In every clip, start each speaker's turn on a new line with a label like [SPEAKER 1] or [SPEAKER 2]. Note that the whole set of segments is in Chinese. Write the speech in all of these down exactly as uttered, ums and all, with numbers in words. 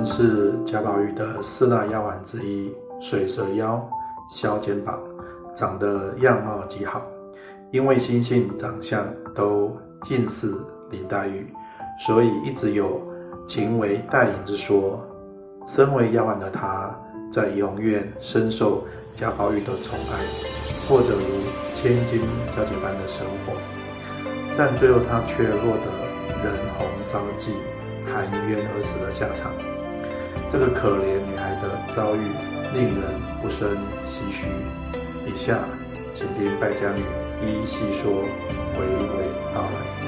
[SPEAKER 1] 是贾宝玉的四大妖丸之一，水蛇妖萧肩膀，长得样貌极好，因为心性长相都近似林黛玉，所以一直有情为黛影之说。身为妖丸的她，在怡红院深受贾宝玉的宠爱，过着如千金小姐般的生活，但最后她却落得人红招妓、含冤而死的下场。这个可怜女孩的遭遇令人不胜唏嘘。以下请听败家女一一细说，娓娓道来。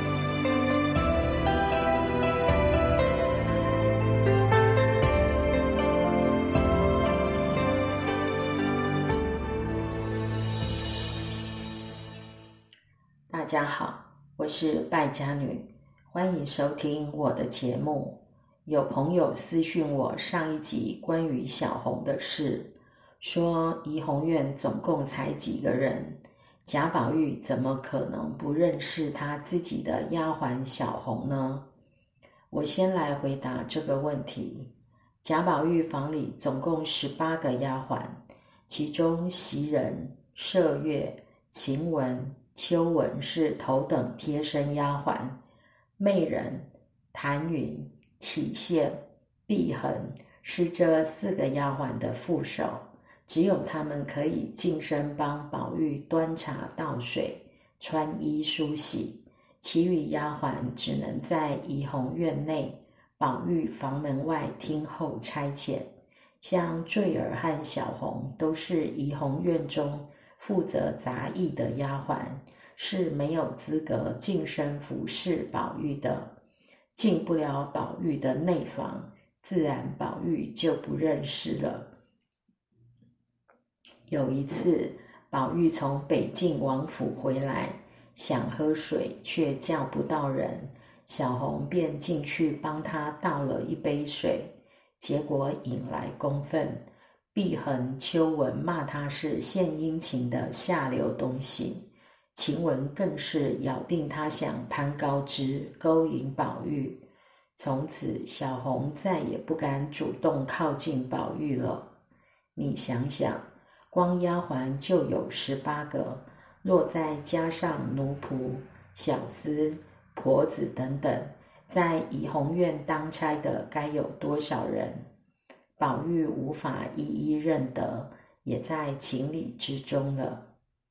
[SPEAKER 2] 大家好，我是败家女，欢迎收听我的节目。有朋友私讯我上一集关于小红的事，说怡红院总共才几个人，贾宝玉怎么可能不认识他自己的丫鬟小红呢？我先来回答这个问题。贾宝玉房里总共十八个丫鬟，其中袭人、麝月、晴雯、秋雯是头等贴身丫鬟，媚人、谭云、启宪、碧痕是这四个丫鬟的副手，只有他们可以近身帮宝玉端茶倒水、穿衣梳洗，其余丫鬟只能在怡红院内、宝玉房门外听候差遣。像坠儿和小红都是怡红院中负责杂役的丫鬟，是没有资格近身服侍宝玉的，进不了宝玉的内房，自然宝玉就不认识了。有一次，宝玉从北境王府回来，想喝水却叫不到人，小红便进去帮他倒了一杯水，结果引来公愤。碧痕、秋雯骂他是献殷勤的下流东西，晴雯更是咬定他想攀高枝，勾引宝玉。从此小红再也不敢主动靠近宝玉了。你想想，光丫鬟就有十八个，若再加上奴仆、小厮、婆子等等，在怡红院当差的该有多少人？宝玉无法一一认得，也在情理之中了。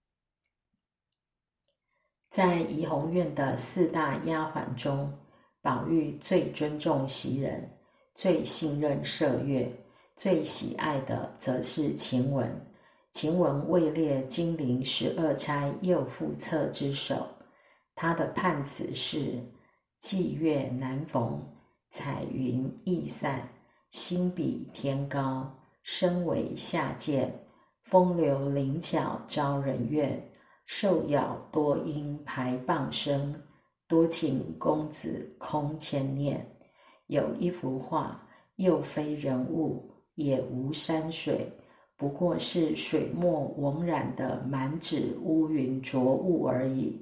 [SPEAKER 2] 在怡红院的四大丫鬟中，宝玉最尊重袭人，最信任麝月，最喜爱的则是晴雯。晴雯位列金陵十二钗右副册之首，她的判词是：霁月难逢，彩云易散，心比天高，身为下贱，风流灵巧招人怨，受咬多因排傍生，多情公子空牵念。有一幅画，又非人物，也无山水，不过是水墨翁染的满纸乌云浊雾而已。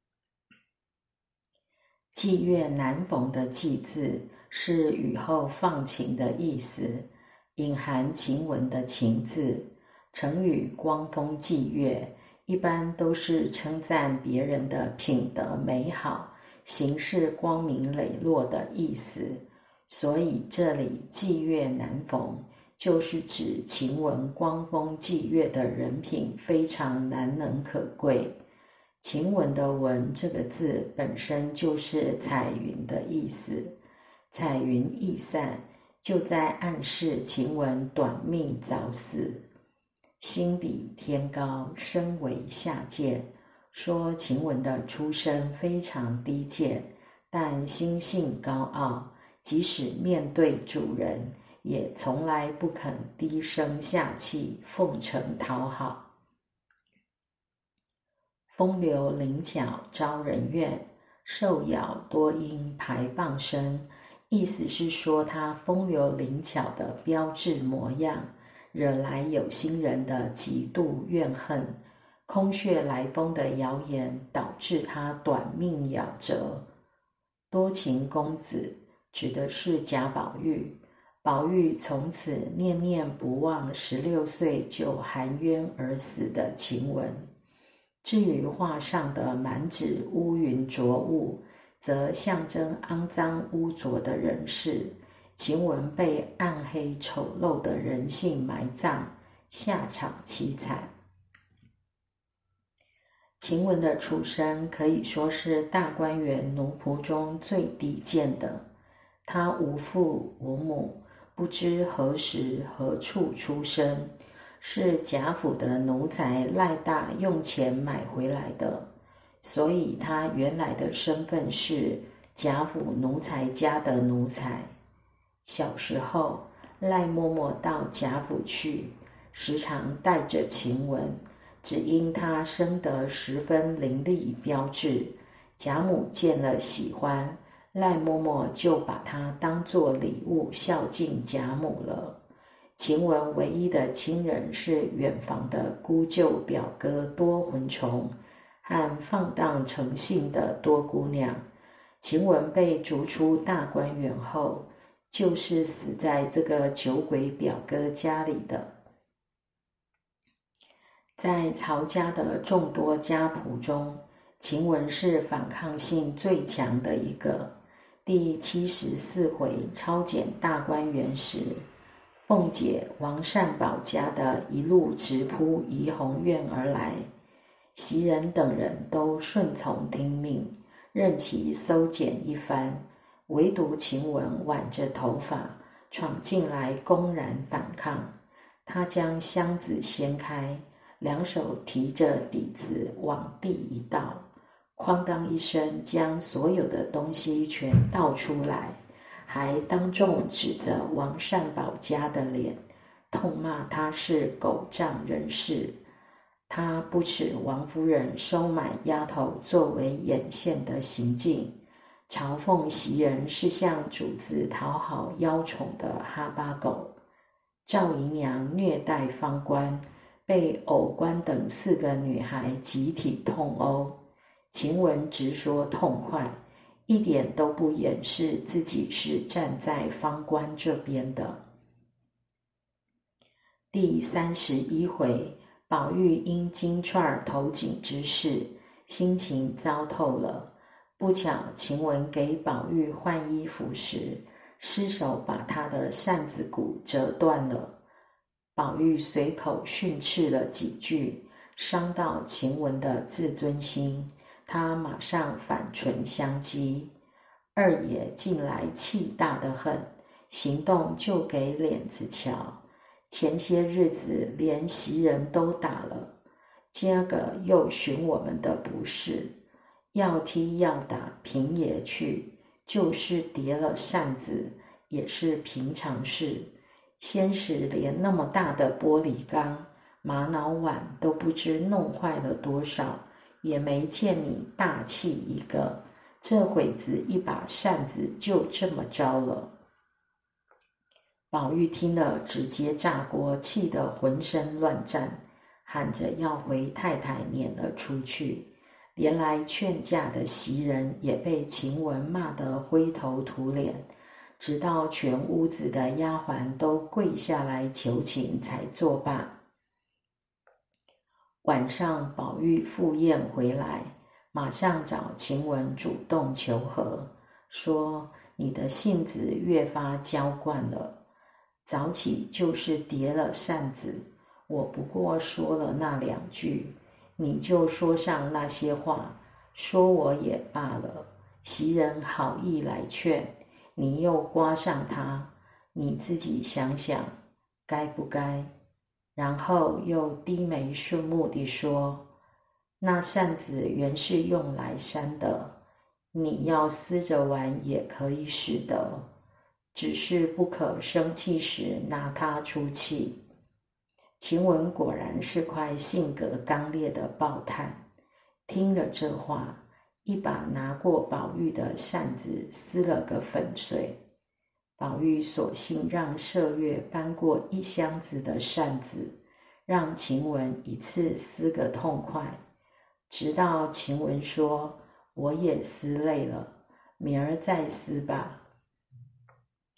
[SPEAKER 2] 霁月难逢的霁字是雨后放晴的意思，隐含晴雯的晴字。成语光风霁月一般都是称赞别人的品德美好、行事光明磊落的意思，所以这里霁月难逢就是指晴雯光风霁月的人品非常难能可贵。晴雯的雯这个字本身就是彩云的意思，彩云易散，就在暗示晴雯短命早死。心比天高，身为下贱，说晴雯的出身非常低贱，但心性高傲，即使面对主人，也从来不肯低声下气，奉承讨好。风流灵巧招人怨，受咬多因排傍生，意思是说他风流灵巧的标致模样，惹来有心人的嫉妒怨恨，空穴来风的谣言导致他短命夭折。多情公子指的是贾宝玉， 宝玉从此念念不忘十六岁就含冤而死的晴雯。至于画上的满纸乌云浊雾，则象征肮脏污浊的人世，晴雯被暗黑丑陋的人性埋葬，下场凄惨。晴雯的出身可以说是大观园奴仆中最低贱的，她无父无母，不知何时何处出生，是贾府的奴才赖大用钱买回来的，所以他原来的身份是贾府奴才家的奴才。小时候，赖嬷嬷到贾府去，时常带着晴雯，只因她生得十分伶俐标致，贾母见了喜欢，赖嬷嬷就把她当作礼物孝敬贾母了。晴雯唯一的亲人是远房的姑舅表哥多魂虫和放荡成性的多姑娘。晴雯被逐出大观园后，就是死在这个酒鬼表哥家里的。在曹家的众多家仆中，晴雯是反抗性最强的一个。第七十四回抄检大观园时，凤姐、王善保家的一路直扑怡红院而来，袭人等人都顺从听命，任其搜检一番，唯独晴雯挽着头发闯进来公然反抗。她将箱子掀开，两手提着底子往地一倒，哐当一声将所有的东西全倒出来，还当众指着王善保家的脸，痛骂他是狗仗人势。他不耻王夫人收买丫头作为眼线的行径，嘲讽袭人是向主子讨好邀宠的哈巴狗。赵姨娘虐待方官，被藕官等四个女孩集体痛殴，晴雯直说痛快，一点都不掩饰自己是站在方官这边的。第三十一回，宝玉因金钏投井之事，心情糟透了。不巧晴雯给宝玉换衣服时，失手把他的扇子骨折断了。宝玉随口训斥了几句，伤到晴雯的自尊心，他马上反唇相讥。二爷近来气大得很，行动就给脸子瞧，前些日子连袭人都打了，今儿个又寻我们的不是，要踢要打平爷去，就是跌了扇子也是平常事。先时连那么大的玻璃缸、玛瑙碗都不知弄坏了多少，也没见你大气一个，这会子一把扇子就这么着了。宝玉听了直接炸锅，气得浑身乱颤，喊着要回太太撵了出去。连来劝架的袭人也被晴雯骂得灰头土脸，直到全屋子的丫鬟都跪下来求情才作罢。晚上宝玉赴宴回来，马上找晴雯主动求和，说你的性子越发娇惯了，早起就是跌了扇子，我不过说了那两句，你就说上那些话，说我也罢了。袭人好意来劝，你又刮上他，你自己想想该不该？然后又低眉顺目地说，那扇子原是用来扇的，你要撕着玩也可以使得，只是不可生气时拿它出气。晴雯果然是块性格刚烈的爆炭，听了这话，一把拿过宝玉的扇子撕了个粉碎。宝玉索性让麝月搬过一箱子的扇子，让晴雯一次撕个痛快，直到晴雯说我也撕累了，明儿再撕吧。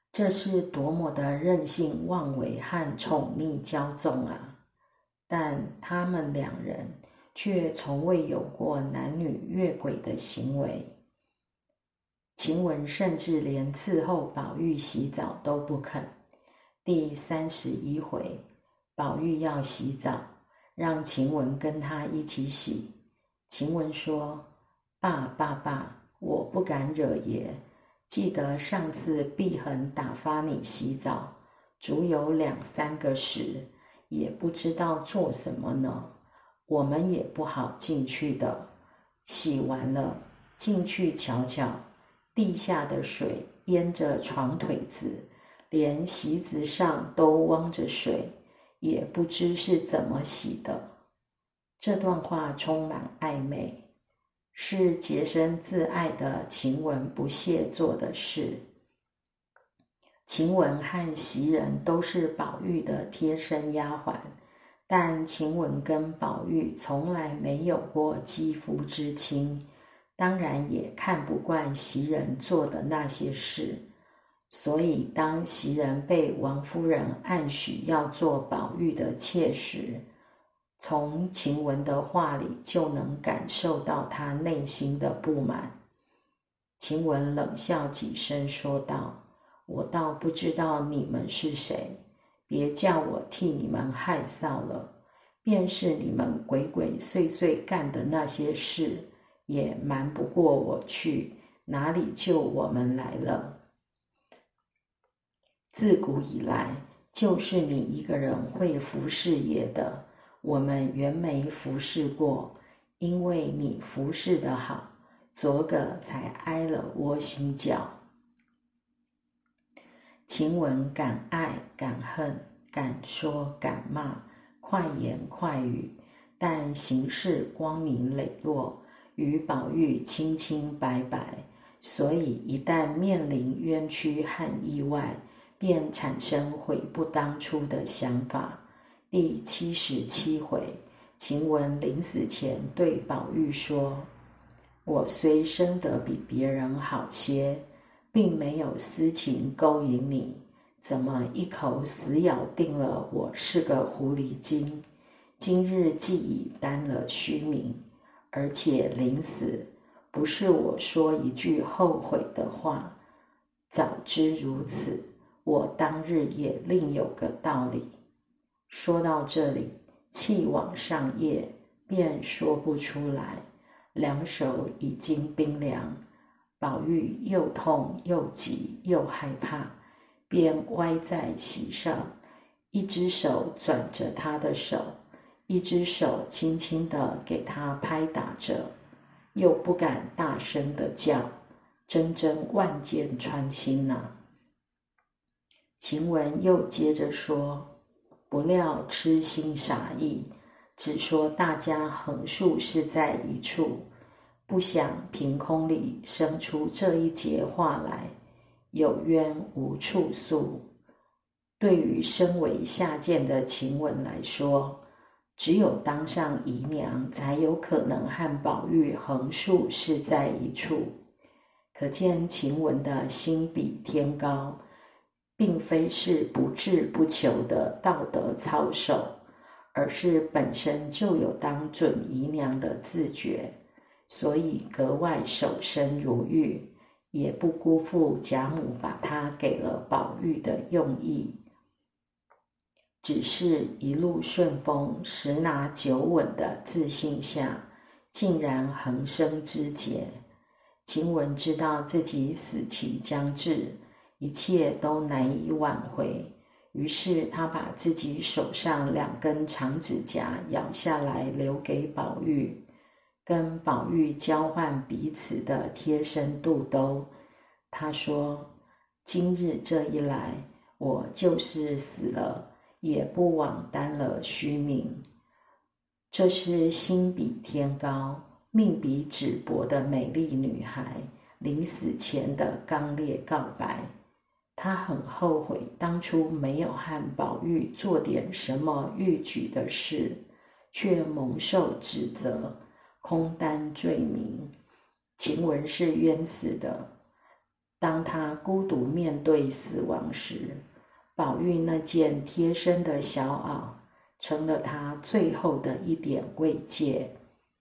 [SPEAKER 2] 这是多么的任性妄为和宠溺骄纵啊！但他们两人却从未有过男女越轨的行为。晴雯甚至连伺候宝玉洗澡都不肯。第三十一回，宝玉要洗澡，让晴雯跟他一起洗。晴雯说：“爸爸爸，我不敢惹爷。记得上次碧痕打发你洗澡，足有两三个时，也不知道做什么呢。我们也不好进去的。洗完了，进去瞧瞧，地下的水淹着床腿子，连席子上都汪着水，也不知是怎么洗的。”这段话充满暧昧，是洁身自爱的晴雯不屑做的事。晴雯和袭人都是宝玉的贴身丫鬟，但晴雯跟宝玉从来没有过肌肤之亲，当然也看不惯袭人做的那些事。所以当袭人被王夫人暗许要做宝玉的妾时，从晴雯的话里就能感受到她内心的不满。晴雯冷笑几声说道：“我倒不知道你们是谁，别叫我替你们害臊了。便是你们鬼鬼祟祟干的那些事，也瞒不过我去，哪里就我们来了？自古以来，就是你一个人会服侍爷的，我们原没服侍过，因为你服侍得好，昨个才挨了窝心脚。”晴雯敢爱敢恨，敢说敢骂，快言快语，但行事光明磊落，与宝玉清清白白，所以一旦面临冤屈和意外，便产生悔不当初的想法。第七十七回，晴雯临死前对宝玉说：“我虽生得比别人好些，并没有私情勾引你，怎么一口死咬定了我是个狐狸精？今日既已担了虚名，而且临死不是我说一句后悔的话，早知如此，我当日也另有个道理。”说到这里，气往上咽，便说不出来，两手已经冰凉。宝玉又痛又急又害怕，便歪在席上，一只手攥着他的手，一只手轻轻地给他拍打着，又不敢大声地叫，真真万箭穿心啊。晴雯又接着说：“不料痴心傻意，只说大家横竖是在一处，不想凭空里生出这一节话来，有冤无处诉。”对于身为下贱的晴雯来说，只有当上姨娘才有可能和宝玉横竖是在一处，可见晴雯的心比天高，并非是不志不求的道德操守，而是本身就有当准姨娘的自觉，所以格外守身如玉，也不辜负贾母把她给了宝玉的用意。只是一路顺风，十拿九稳的自信下，竟然横生枝节。晴雯知道自己死期将至，一切都难以挽回，于是她把自己手上两根长指甲咬下来留给宝玉，跟宝玉交换彼此的贴身肚兜。她说：“今日这一来，我就是死了，也不枉担了虚名。”这是心比天高，命比纸薄的美丽女孩临死前的刚烈告白。她很后悔当初没有和宝玉做点什么逾矩的事，却蒙受指责，空担罪名。晴雯是冤死的， 当他孤独面对死亡时，宝玉那件贴身的小袄成了他最后的一点慰藉。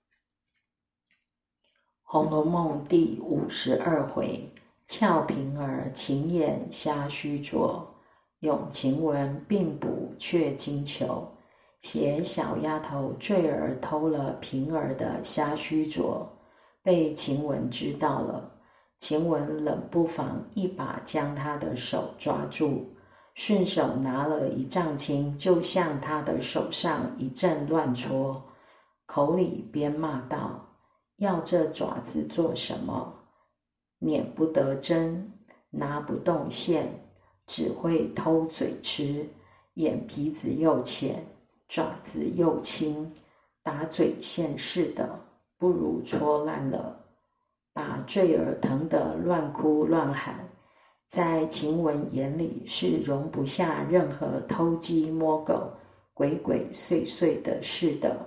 [SPEAKER 2] 红楼梦第五十二回，俏平儿情眼瞎虚着，咏晴雯并补却金裘，写小丫头坠儿偷了平儿的瞎虚着，被晴雯知道了。晴雯冷不防一把将她的手抓住，顺手拿了一丈青，就向她的手上一阵乱戳，口里边骂道：要这爪子做什么？捻不得针，拿不动线，只会偷嘴吃，眼皮子又浅，爪子又轻，打嘴线似的，不如戳烂了。把坠儿疼得乱哭乱喊，在晴雯眼里是容不下任何偷鸡摸狗、鬼鬼祟祟的事的。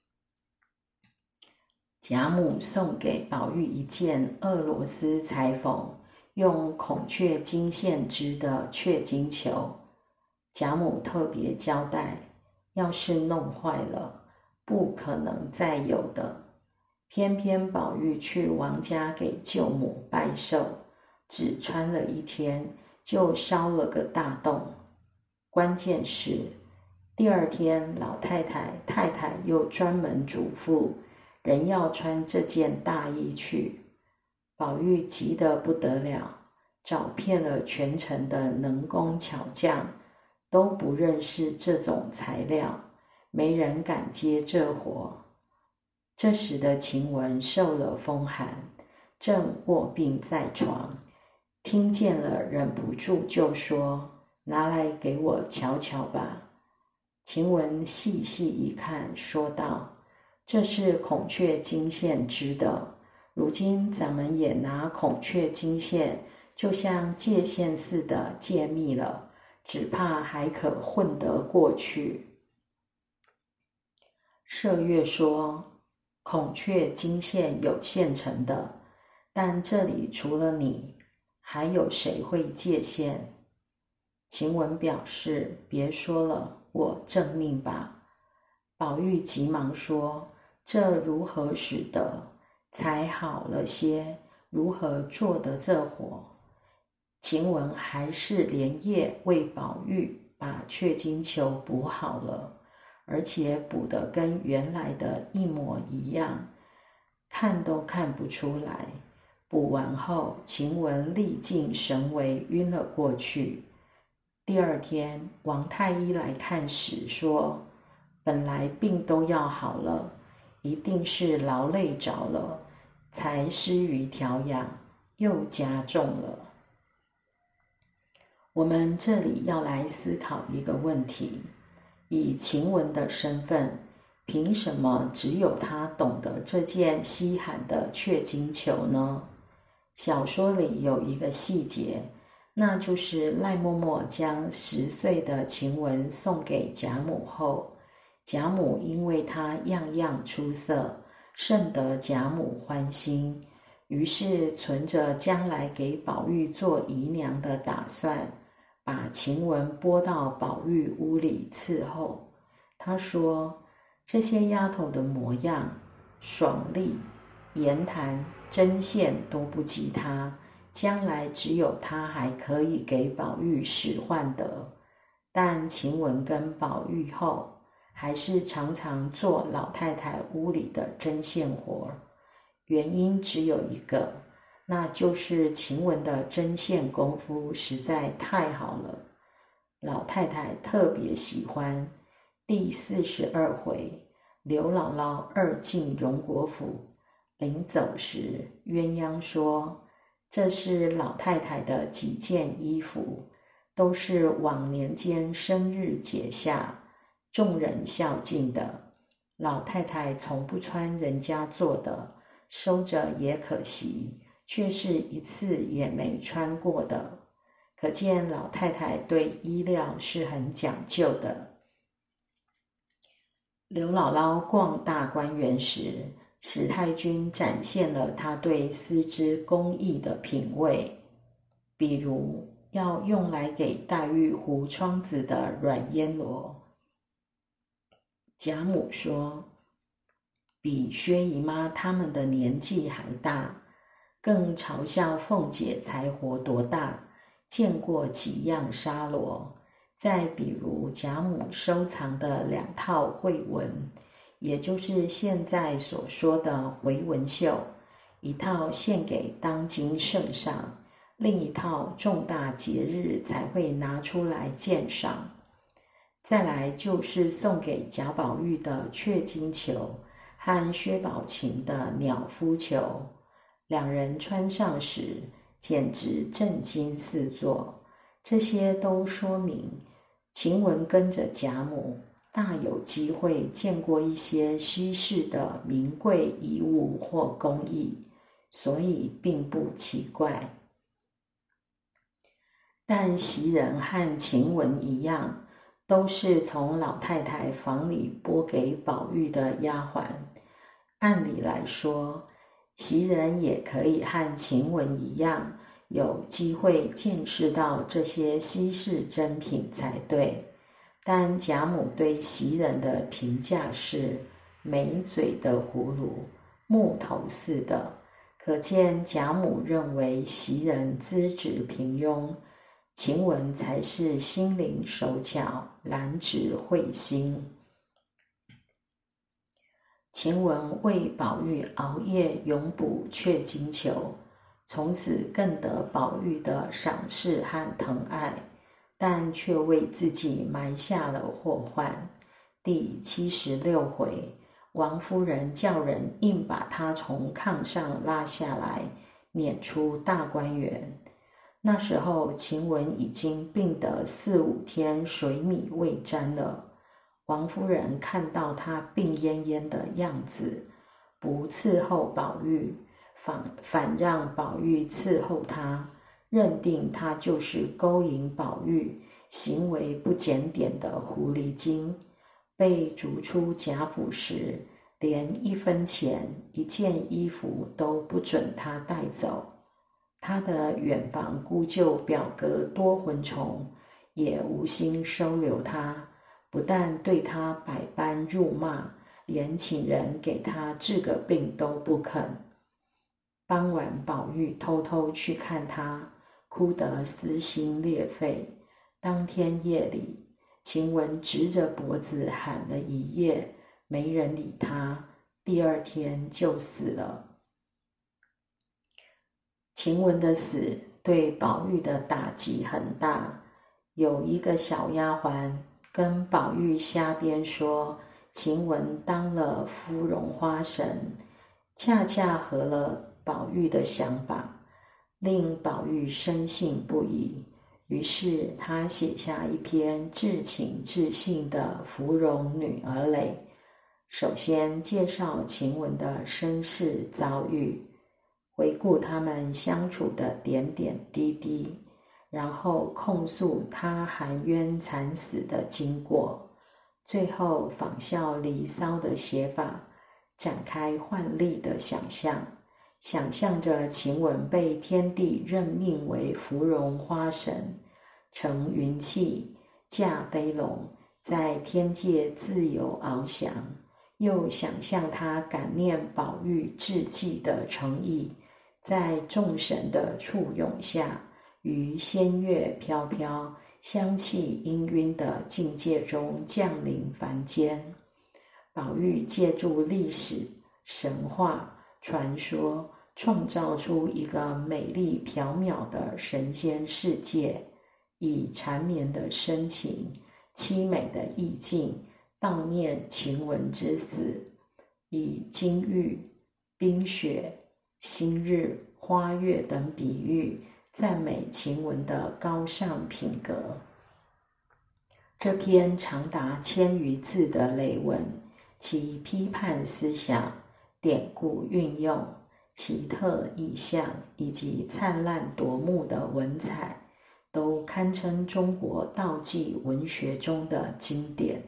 [SPEAKER 2] 贾母送给宝玉一件俄罗斯裁缝用孔雀金线织的雀金球，贾母特别交代，要是弄坏了，不可能再有的。偏偏宝玉去王家给舅母拜寿，只穿了一天，就烧了个大洞。关键是第二天老太太太太又专门嘱咐人要穿这件大衣去。宝玉急得不得了，找遍了全城的能工巧匠，都不认识这种材料，没人敢接这活。这时的晴雯受了风寒，正卧病在床，听见了忍不住就说：拿来给我瞧瞧吧。晴雯细细一看，说道：这是孔雀金线织的，如今咱们也拿孔雀金线就像借线似的借密了，只怕还可混得过去。麝月说：孔雀金线有现成的，但这里除了你，还有谁会借线？晴雯表示：别说了，我证命吧。宝玉急忙说：这如何使得？才好了些，如何做得这活？晴雯还是连夜为宝玉把雀金球补好了，而且补得跟原来的一模一样，看都看不出来。补完后，晴雯历尽神为，晕了过去。第二天，王太医来看时说：本来病都要好了，一定是劳累着了，才失于调养，又加重了。我们这里要来思考一个问题：以晴雯的身份，凭什么只有她懂得这件稀罕的雀金球呢？小说里有一个细节，那就是赖嬷嬷将十岁的晴雯送给贾母后，贾母因为她样样出色，甚得贾母欢心，于是存着将来给宝玉做姨娘的打算，把晴雯拨到宝玉屋里伺候。他说：这些丫头的模样，爽利、言谈、针线都不及她，将来只有她还可以给宝玉使唤得。但晴雯跟宝玉后，还是常常做老太太屋里的针线活，原因只有一个，那就是晴雯的针线功夫实在太好了，老太太特别喜欢。第四十二回，刘姥姥二进荣国府，临走时，鸳鸯说：这是老太太的几件衣服，都是往年间生日节下，众人孝敬的，老太太从不穿人家做的，收着也可惜，却是一次也没穿过的，可见老太太对衣料是很讲究的。刘姥姥逛大观园时，史太君展现了他对丝织工艺的品味。 比如要用来给黛玉糊窗子的软烟罗。贾母说，比薛姨妈他们的年纪还大，更嘲笑凤姐才活多大，见过几样纱罗。再比如贾母收藏的两套绘文，也就是现在所说的回文绣，一套献给当今圣上，另一套重大节日才会拿出来鉴赏。再来就是送给贾宝玉的雀金球和薛宝琴的鸟夫球，两人穿上时简直震惊四座。这些都说明晴雯跟着贾母大有机会见过一些稀世的名贵遗物或工艺，所以并不奇怪。但袭人和晴雯一样，都是从老太太房里拨给宝玉的丫鬟。按理来说，袭人也可以和晴雯一样，有机会见识到这些稀世珍品才对。但贾母对袭人的评价是没嘴的葫芦，木头似的，可见贾母认为袭人资质平庸，晴雯才是心灵手巧，兰芷慧心。晴雯为宝玉熬夜永补雀金球，从此更得宝玉的赏识和疼爱，但却为自己埋下了祸患。第七十六回，王夫人叫人硬把她从炕上拉下来，撵出大观园。那时候晴雯已经病得四五天水米未沾了，王夫人看到她病恹恹的样子，不伺候宝玉，反反让宝玉伺候她，认定她就是勾引宝玉、行为不检点的狐狸精。被逐出贾府时，连一分钱、一件衣服都不准她带走。他的远房姑舅表哥多魂虫也无心收留他，不但对他百般辱骂，连请人给他治个病都不肯。傍晚宝玉偷偷去看他，哭得撕心裂肺。当天夜里，晴雯直着脖子喊了一夜，没人理他，第二天就死了。晴雯的死对宝玉的打击很大，有一个小丫鬟跟宝玉瞎编说晴雯当了芙蓉花神，恰恰合了宝玉的想法，令宝玉深信不疑。于是他写下一篇至情至性的芙蓉女儿泪，首先介绍晴雯的身世遭遇，回顾他们相处的点点滴滴，然后控诉他含冤惨死的经过，最后仿效《离骚》的写法，展开幻丽的想象，想象着晴雯被天帝任命为芙蓉花神，乘云气，驾飞龙，在天界自由翱翔，又想象他感念宝玉至济的诚意，在众神的簇拥下，于仙乐飘飘、香气氤氲的境界中降临凡间。宝玉借助历史、神话、传说，创造出一个美丽缥缈的神仙世界，以缠绵的深情、凄美的意境悼念晴雯之死，以金玉、冰雪、星日、花月等比喻赞美晴雯的高尚品格。这篇长达千余字的雷文，其批判思想、典故运用、奇特意象以及灿烂夺目的文采，都堪称中国道纪文学中的经典。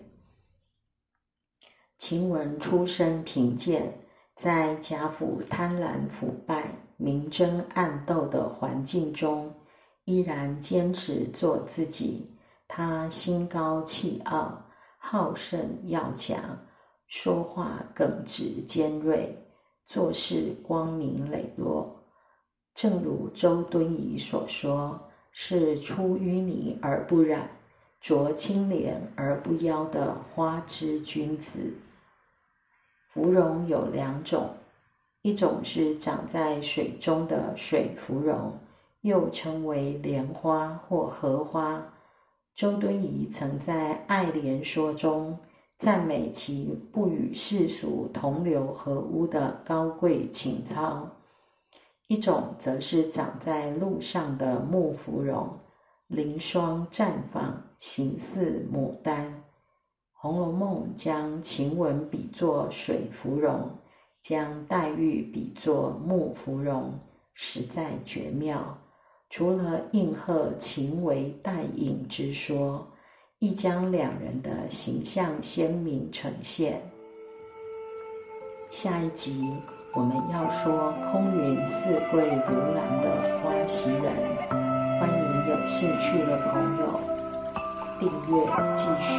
[SPEAKER 2] 晴雯出身贫贱，在贾府贪婪腐败、明争暗斗的环境中， 依然坚持做自己。他心高气傲，好胜要强，说话耿直尖锐，做事光明磊落。正如周敦颐所说，是出淤泥而不染，濯清涟而不妖的花枝君子。芙蓉有两种，一种是长在水中的水芙蓉，又称为莲花或荷花。周敦颐曾在《爱莲说》中赞美其不与世俗同流合污的高贵情操。一种则是长在路上的木芙蓉，凌霜绽放，形似牡丹。《红楼梦》将晴雯比作水芙蓉，将黛玉比作木芙蓉，实在绝妙。除了应和情为黛影之说，亦将两人的形象鲜明呈现。下一集我们要说空云似桂如兰的花袭人，欢迎有兴趣的朋友订阅继续